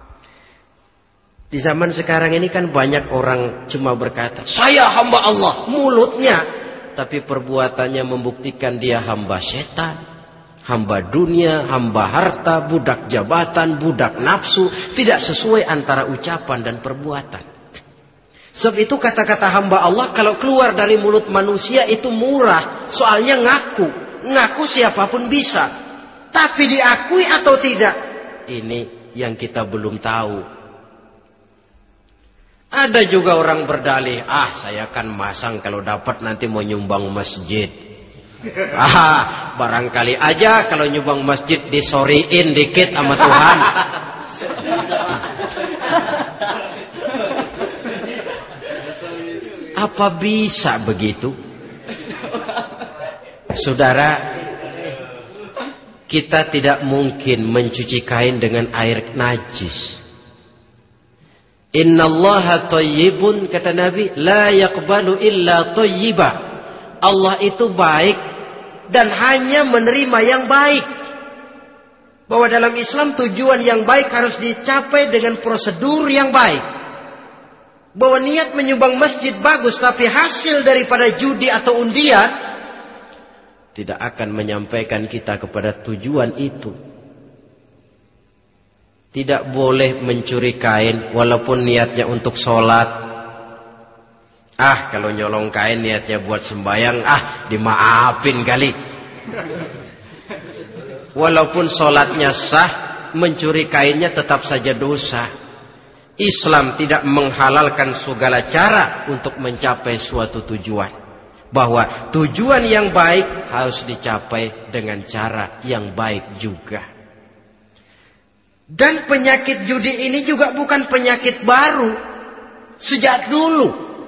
Di zaman sekarang ini kan banyak orang cuma berkata, saya hamba Allah, mulutnya. Tapi perbuatannya membuktikan dia hamba setan, hamba dunia, hamba harta, budak jabatan, budak nafsu. Tidak sesuai antara ucapan dan perbuatan. Sebab itu kata-kata hamba Allah kalau keluar dari mulut manusia itu murah. Soalnya ngaku. Ngaku siapapun bisa. Tapi diakui atau tidak? Ini yang kita belum tahu. Ada juga orang berdalih, ah saya kan masang kalau dapat nanti mau nyumbang masjid. Ah, barangkali aja kalau nyumbang masjid disoriin dikit sama Tuhan. Apa bisa begitu? Saudara, kita tidak mungkin mencuci kain dengan air najis. Innallaha thayyibun, kata Nabi, la yaqbalu illa thayyiba. Allah itu baik dan hanya menerima yang baik. Bahwa dalam Islam tujuan yang baik harus dicapai dengan prosedur yang baik. Bahwa niat menyumbang masjid bagus, tapi hasil daripada judi atau undian tidak akan menyampaikan kita kepada tujuan itu. Tidak boleh mencuri kain walaupun niatnya untuk sholat. Ah, kalau nyolong kain niatnya buat sembahyang, ah dimaafin kali. Walaupun sholatnya sah, mencuri kainnya tetap saja dosa. Islam tidak menghalalkan segala cara untuk mencapai suatu tujuan. Bahwa tujuan yang baik harus dicapai dengan cara yang baik juga. Dan penyakit judi ini juga bukan penyakit baru. Sejak dulu.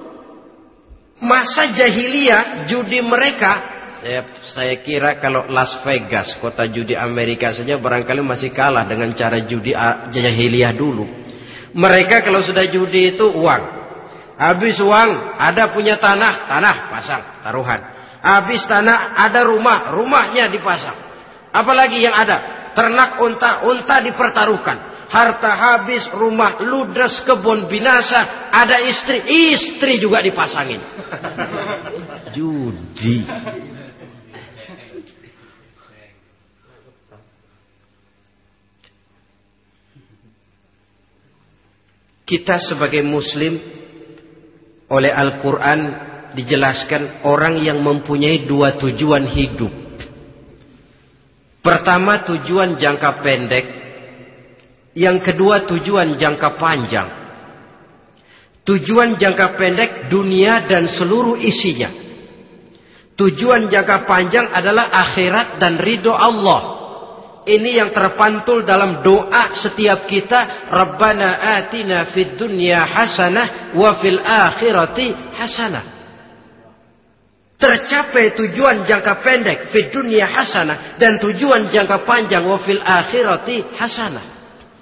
Masa jahiliyah judi mereka. Saya, saya kira kalau Las Vegas, kota judi Amerika saja barangkali masih kalah dengan cara judi jahiliyah dulu. Mereka kalau sudah judi itu uang. Habis uang ada punya tanah, tanah pasang taruhan. Habis tanah ada rumah, rumahnya dipasang. Apalagi yang ada? Ternak unta, unta dipertaruhkan. Harta habis, rumah ludes, kebun binasa. Ada istri, istri juga dipasangin. Judi. Kita sebagai muslim, oleh Al-Quran dijelaskan orang yang mempunyai dua tujuan hidup. Pertama tujuan jangka pendek. Yang kedua tujuan jangka panjang. Tujuan jangka pendek dunia dan seluruh isinya. Tujuan jangka panjang adalah akhirat dan ridho Allah. Ini yang terpantul dalam doa setiap kita. Rabbana atina fid dunya hasanah wa fil akhirati hasanah. Tercapai tujuan jangka pendek fid dunya hasanah dan tujuan jangka panjang wa fil akhirati hasanah.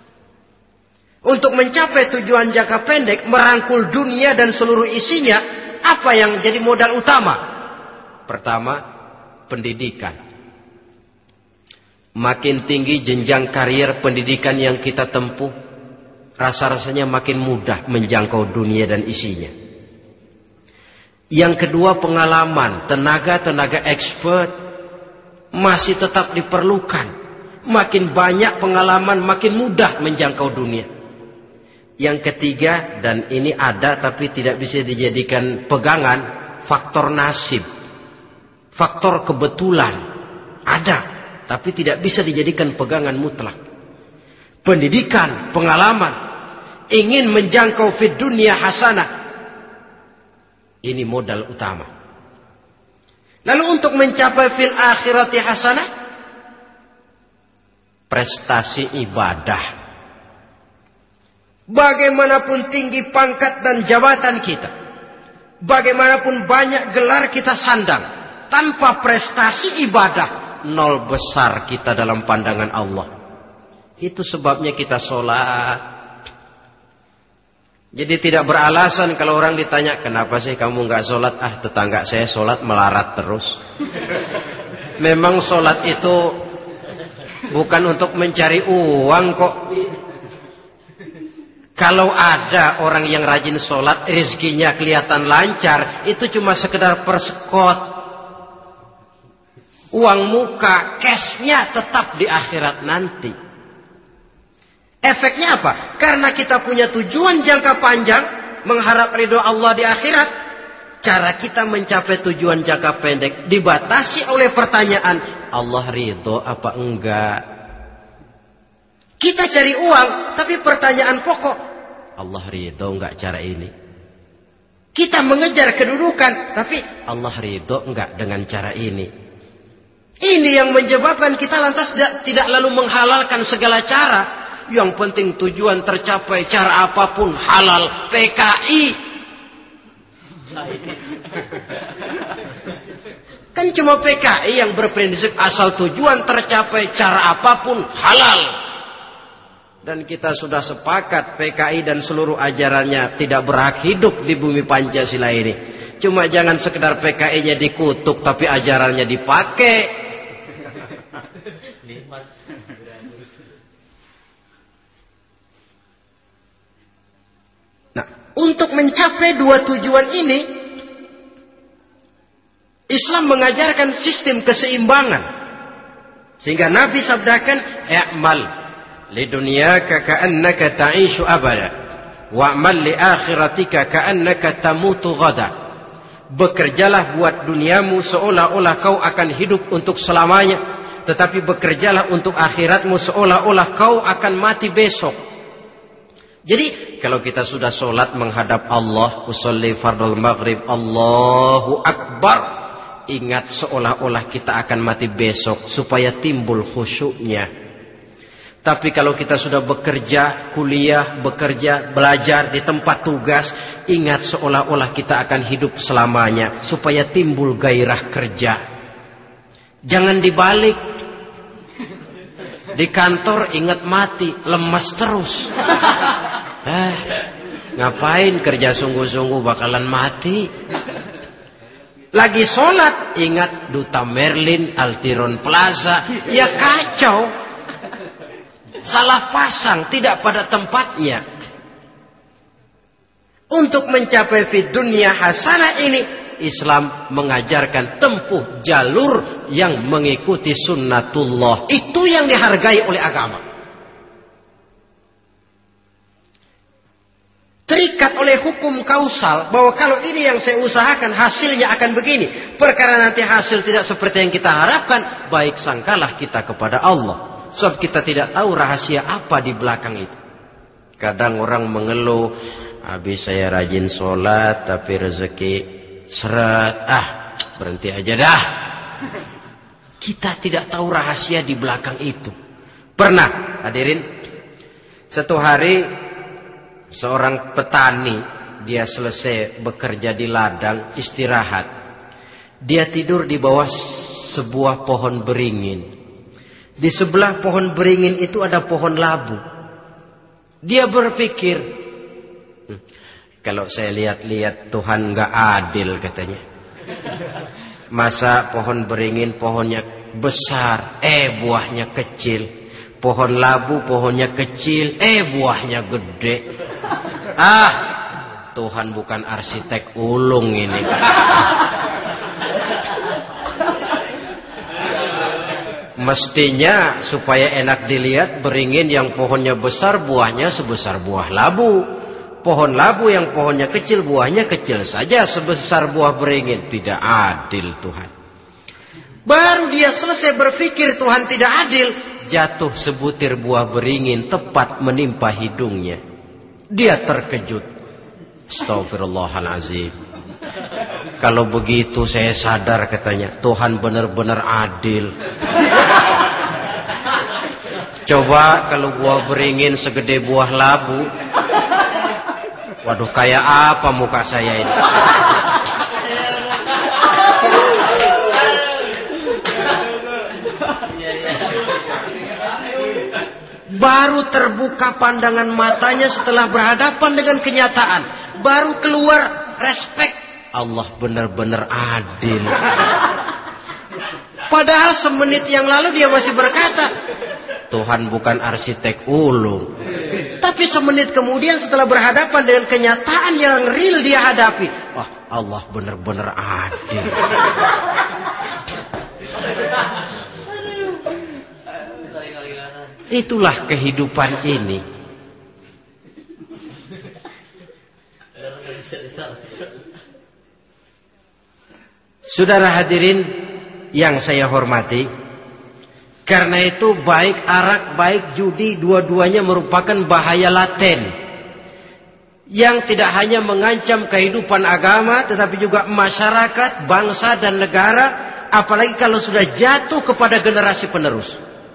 Untuk mencapai tujuan jangka pendek merangkul dunia dan seluruh isinya, apa yang jadi modal utama? Pertama, pendidikan. Makin tinggi jenjang karier pendidikan yang kita tempuh, rasa-rasanya makin mudah menjangkau dunia dan isinya. Yang kedua, pengalaman. Tenaga-tenaga expert masih tetap diperlukan. Makin banyak pengalaman, makin mudah menjangkau dunia. Yang ketiga, dan ini ada tapi tidak bisa dijadikan pegangan, faktor nasib. Faktor kebetulan. Ada, tapi tidak bisa dijadikan pegangan mutlak. Pendidikan, pengalaman. Ingin menjangkau fid dunia hasanah. Ini modal utama. Lalu untuk mencapai fil akhirati hasanah, prestasi ibadah. Bagaimanapun tinggi pangkat dan jabatan kita, bagaimanapun banyak gelar kita sandang, tanpa prestasi ibadah, nol besar kita dalam pandangan Allah. Itu sebabnya kita sholat. Jadi tidak beralasan kalau orang ditanya, kenapa sih kamu nggak sholat? Ah, tetangga saya sholat melarat terus. Memang sholat itu bukan untuk mencari uang kok. Kalau ada orang yang rajin sholat, rezekinya kelihatan lancar, itu cuma sekedar persekot. Uang muka, cashnya tetap di akhirat nanti. Efeknya apa? Karena kita punya tujuan jangka panjang, mengharap ridho Allah di akhirat. Cara kita mencapai tujuan jangka pendek dibatasi oleh pertanyaan, Allah ridho apa enggak? Kita cari uang, tapi pertanyaan pokok, Allah ridho enggak cara ini? Kita mengejar kedudukan, tapi Allah ridho enggak dengan cara ini? Ini yang menyebabkan kita lantas tidak, tidak lalu menghalalkan segala cara. Yang penting tujuan tercapai cara apapun halal. P K I. Kan cuma P K I yang berprinsip asal tujuan tercapai cara apapun halal. Dan kita sudah sepakat P K I dan seluruh ajarannya tidak berhak hidup di bumi Pancasila ini. Cuma jangan sekedar P K I-nya dikutuk tapi ajarannya dipakai. Nah, untuk mencapai dua tujuan ini, Islam mengajarkan sistem keseimbangan. Sehingga Nabi sabdakan, "I'mal lidunyaka ka'annaka ta'ishu abada, wa'mal li akhiratika ka'annaka tamutu ghada." Bekerjalah buat duniamu seolah-olah kau akan hidup untuk selamanya, tetapi bekerjalah untuk akhiratmu seolah-olah kau akan mati besok. Jadi kalau kita sudah sholat menghadap Allah, usolli fardul maghrib, Allahu Akbar, ingat seolah-olah kita akan mati besok supaya timbul khusyuknya. Tapi kalau kita sudah bekerja, kuliah, bekerja, belajar di tempat tugas, ingat seolah-olah kita akan hidup selamanya supaya timbul gairah kerja. Jangan dibalik. Di kantor ingat mati, lemas terus. Eh, ngapain kerja sungguh-sungguh bakalan mati. Lagi sholat ingat Duta Merlin, Altiron Plaza, ya kacau. Salah pasang, tidak pada tempatnya. Untuk mencapai fid dunya hasanah ini, Islam mengajarkan tempuh jalur yang mengikuti sunnatullah. Itu yang dihargai oleh agama. Terikat oleh hukum kausal bahwa kalau ini yang saya usahakan hasilnya akan begini. Perkara nanti hasil tidak seperti yang kita harapkan, baik sangkalah kita kepada Allah. Sebab kita tidak tahu rahasia apa di belakang itu. Kadang orang mengeluh, habis saya rajin sholat tapi rezeki seret, ah berhenti aja dah. Kita tidak tahu rahasia di belakang itu. Pernah hadirin, satu hari seorang petani, dia selesai bekerja di ladang, istirahat. Dia tidur di bawah sebuah pohon beringin. Di sebelah pohon beringin itu ada pohon labu. Dia berpikir, Kalau saya lihat-lihat Tuhan nggak adil katanya. Masa pohon beringin pohonnya besar, eh buahnya kecil. Pohon labu pohonnya kecil, eh buahnya gede. Ah, Tuhan bukan arsitek ulung ini. Mestinya supaya enak dilihat, beringin yang pohonnya besar buahnya sebesar buah labu. Pohon labu yang pohonnya kecil buahnya kecil saja sebesar buah beringin. Tidak adil Tuhan. Baru dia selesai berpikir Tuhan tidak adil, jatuh sebutir buah beringin tepat menimpa hidungnya. Dia terkejut. Astagfirullahaladzim. Kalau begitu saya sadar katanya, Tuhan benar-benar adil. Coba kalau buah beringin segede buah labu. Waduh, kayak apa muka saya ini? Baru terbuka pandangan matanya setelah berhadapan dengan kenyataan. Baru keluar respek. Allah benar-benar adil. Padahal semenit yang lalu dia masih berkata, Tuhan bukan arsitek ulung. Tapi semenit kemudian setelah berhadapan dengan kenyataan yang real dia hadapi, wah, Allah benar-benar adil. Itulah kehidupan ini. Saudara hadirin yang saya hormati, karena itu baik arak, baik judi, dua-duanya merupakan bahaya laten yang tidak hanya mengancam kehidupan agama, tetapi juga masyarakat, bangsa dan negara, apalagi kalau sudah jatuh kepada generasi penerus.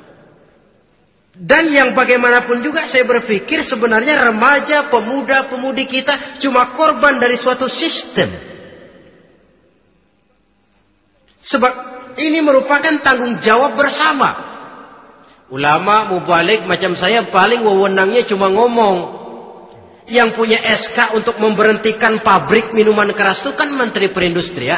Dan yang bagaimanapun juga saya berpikir sebenarnya remaja, pemuda, pemudi kita cuma korban dari suatu sistem. Sebab ini merupakan tanggung jawab bersama. Ulama mubalik macam saya paling wewenangnya cuma ngomong. Yang punya S K untuk memberhentikan pabrik minuman keras itu kan Menteri Perindustrian.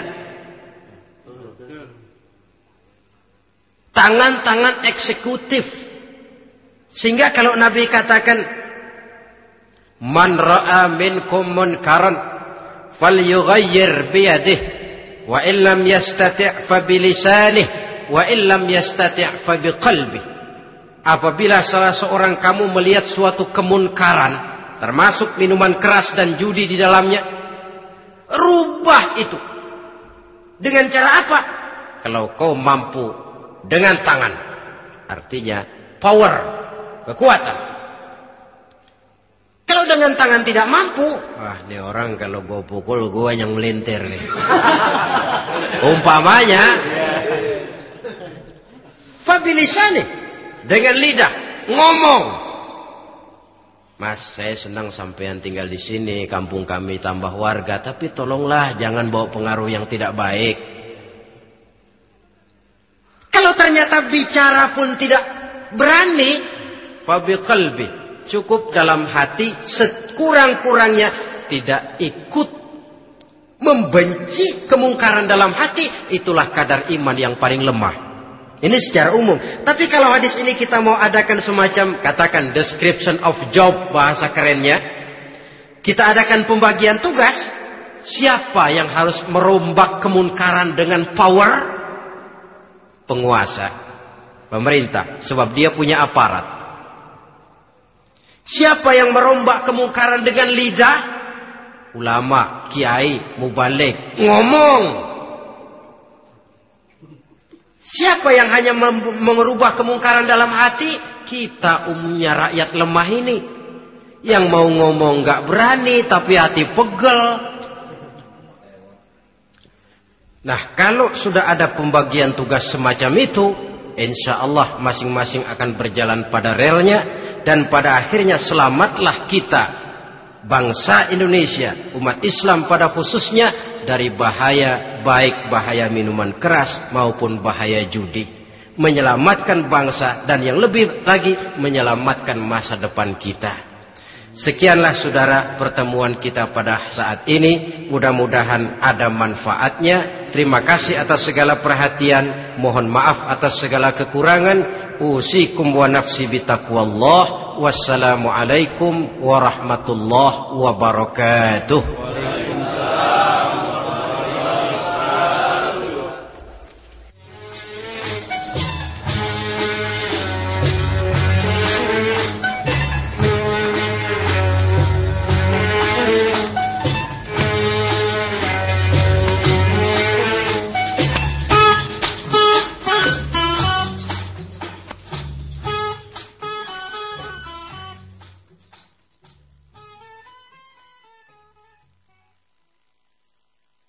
Tangan-tangan eksekutif. Sehingga kalau Nabi katakan, Man ra'a minkum munkaran falyughayyir biyadihi wa illam yastati' fa bilisanihi wa illam yastati' fa biqalbihi. Apabila salah seorang kamu melihat suatu kemunkaran, termasuk minuman keras dan judi di dalamnya, rubah itu. Dengan cara apa? Kalau kau mampu dengan tangan. Artinya power, kekuatan. Kalau dengan tangan tidak mampu, wah, ini orang kalau gue pukul gue yang melintir nih. Umpamanya, fabilisani, dengan lidah ngomong. Mas, saya senang sampean tinggal di sini, kampung kami tambah warga, tapi tolonglah jangan bawa pengaruh yang tidak baik. Kalau ternyata bicara pun tidak berani, fabiqalbi, cukup dalam hati, sekurang-kurangnya tidak ikut membenci kemungkaran dalam hati. Itulah kadar iman yang paling lemah. Ini secara umum. Tapi kalau hadis ini kita mau adakan semacam, katakan description of job, bahasa kerennya, kita adakan pembagian tugas. Siapa yang harus merombak kemungkaran dengan power? Penguasa, pemerintah, sebab dia punya aparat. Siapa yang merombak kemungkaran dengan lidah? Ulama, kiai, mubalik, ngomong. Siapa yang hanya merubah kemungkaran dalam hati? Kita umumnya rakyat lemah ini. Yang mau ngomong gak berani, tapi hati pegel. Nah, kalau sudah ada pembagian tugas semacam itu, insya Allah masing-masing akan berjalan pada relnya. Dan pada akhirnya selamatlah kita, bangsa Indonesia, umat Islam pada khususnya, dari bahaya, baik bahaya minuman keras maupun bahaya judi. Menyelamatkan bangsa dan yang lebih lagi menyelamatkan masa depan kita. Sekianlah saudara pertemuan kita pada saat ini. Mudah-mudahan ada manfaatnya. Terima kasih atas segala perhatian. Mohon maaf atas segala kekurangan. Usikum wa nafsi bitaqwallah. Wassalamualaikum warahmatullahi wabarakatuh.